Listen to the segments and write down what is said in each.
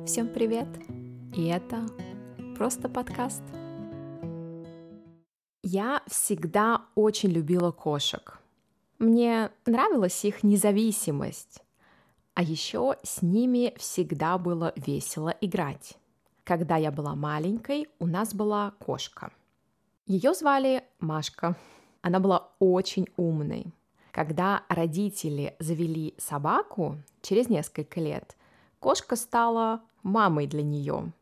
Всем привет! И это просто подкаст. Я всегда очень любила кошек. Мне нравилась их независимость, а еще с ними всегда было весело играть. Когда я была маленькой, у нас была кошка. Ее звали Машка. Она была очень умной. Когда родители завели собаку, через несколько лет кошка стала мамой для нее.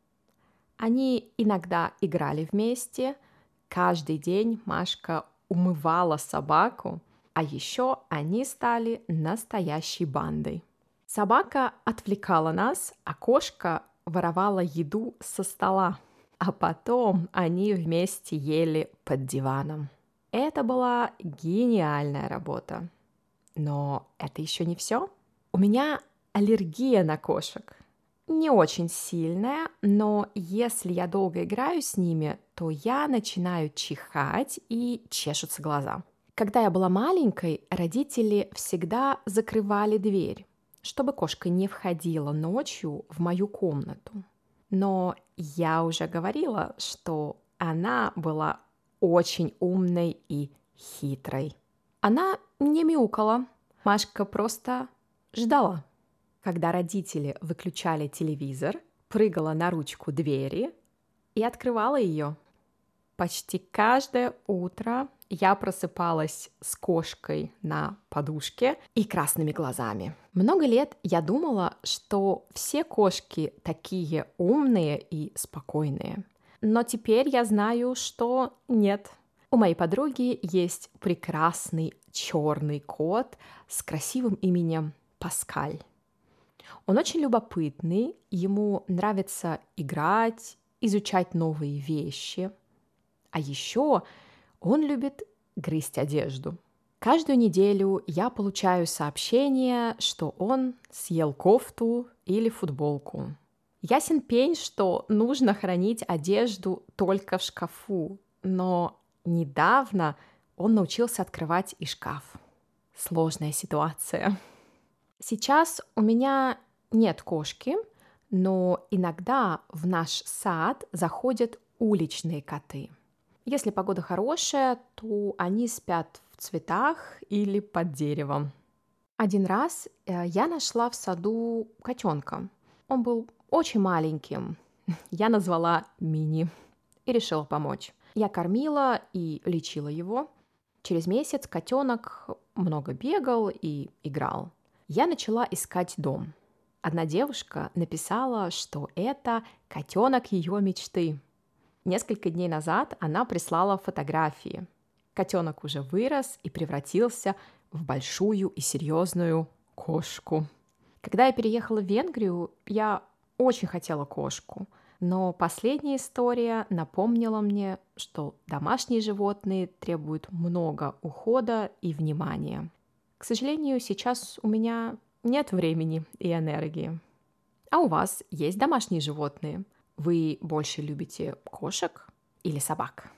Они иногда играли вместе. Каждый день Машка умывала собаку, а еще они стали настоящей бандой. Собака отвлекала нас, а кошка воровала еду со стола, а потом они вместе ели под диваном. Это была гениальная работа. Но это еще не все. У меня аллергия на кошек. Не очень сильная, но если я долго играю с ними, то я начинаю чихать и чешутся глаза. Когда я была маленькой, родители всегда закрывали дверь, чтобы кошка не входила ночью в мою комнату. Но я уже говорила, что она была очень умной и хитрой. Она не мяукала, Машка просто ждала. Когда родители выключали телевизор, прыгала на ручку двери и открывала ее. Почти каждое утро я просыпалась с кошкой на подушке и красными глазами. Много лет я думала, что все кошки такие умные и спокойные. Но теперь я знаю, что нет. У моей подруги есть прекрасный черный кот с красивым именем Паскаль. Он очень любопытный, ему нравится играть, изучать новые вещи. А еще он любит грызть одежду. Каждую неделю я получаю сообщение, что он съел кофту или футболку. Ясен пень, что нужно хранить одежду только в шкафу, но недавно он научился открывать и шкаф. Сложная ситуация. Сейчас у меня нет кошки, но иногда в наш сад заходят уличные коты. Если погода хорошая, то они спят в цветах или под деревом. Один раз я нашла в саду котенка. Он был очень маленьким. Я назвала Мини и решила помочь. Я кормила и лечила его. Через месяц котенок много бегал и играл. Я начала искать дом. Одна девушка написала, что это котенок ее мечты. Несколько дней назад она прислала фотографии. Котенок уже вырос и превратился в большую и серьезную кошку. Когда я переехала в Венгрию, я очень хотела кошку. Но последняя история напомнила мне, что домашние животные требуют много ухода и внимания. К сожалению, сейчас у меня нет времени и энергии. А у вас есть домашние животные? Вы больше любите кошек или собак?